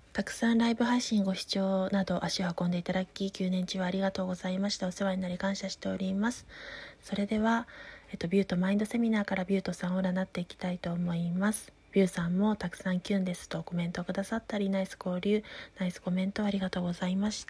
たくさんライブ配信ご視聴など足を運んでいただき、9年中はありがとうございました。お世話になり感謝しております。それでは、ビューとマインドセミナーからビューとさんを占っていきたいと思います。ビューさんもたくさんキュンですとコメントをくださったり、ナイス交流、ナイスコメントありがとうございました。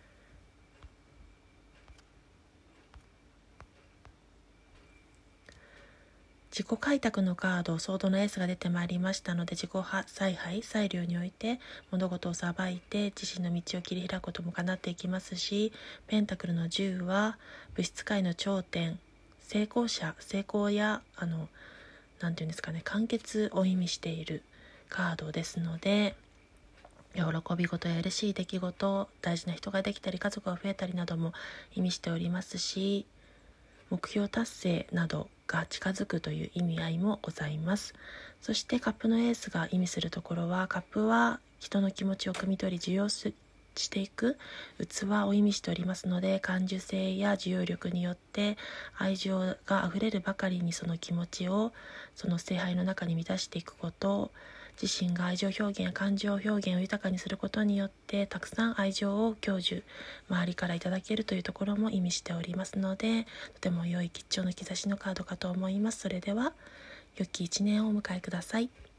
自己開拓のカード、ソードのエースが出てまいりましたので、自己采配、裁量において物事を裁いて自身の道を切り開くことも叶っていきますし、ペンタクルの10は物質界の頂点、成功者、成功やなんていうんですかね、完結を意味しているカードですので、喜び事や嬉しい出来事、大事な人ができたり家族が増えたりなども意味しておりますし、目標達成などが近づくという意味合いもございます。そしてカップのエースが意味するところは、カップは人の気持ちを汲み取り受容していく器を意味しておりますので、感受性や受容力によって愛情があふれるばかりにその気持ちをその聖杯の中に満たしていくこと、自身が愛情表現や感情表現を豊かにすることによってたくさん愛情を享受、周りからいただけるというところも意味しておりますので、とても良い吉兆の兆しのカードかと思います。それでは良き一年をお迎えください。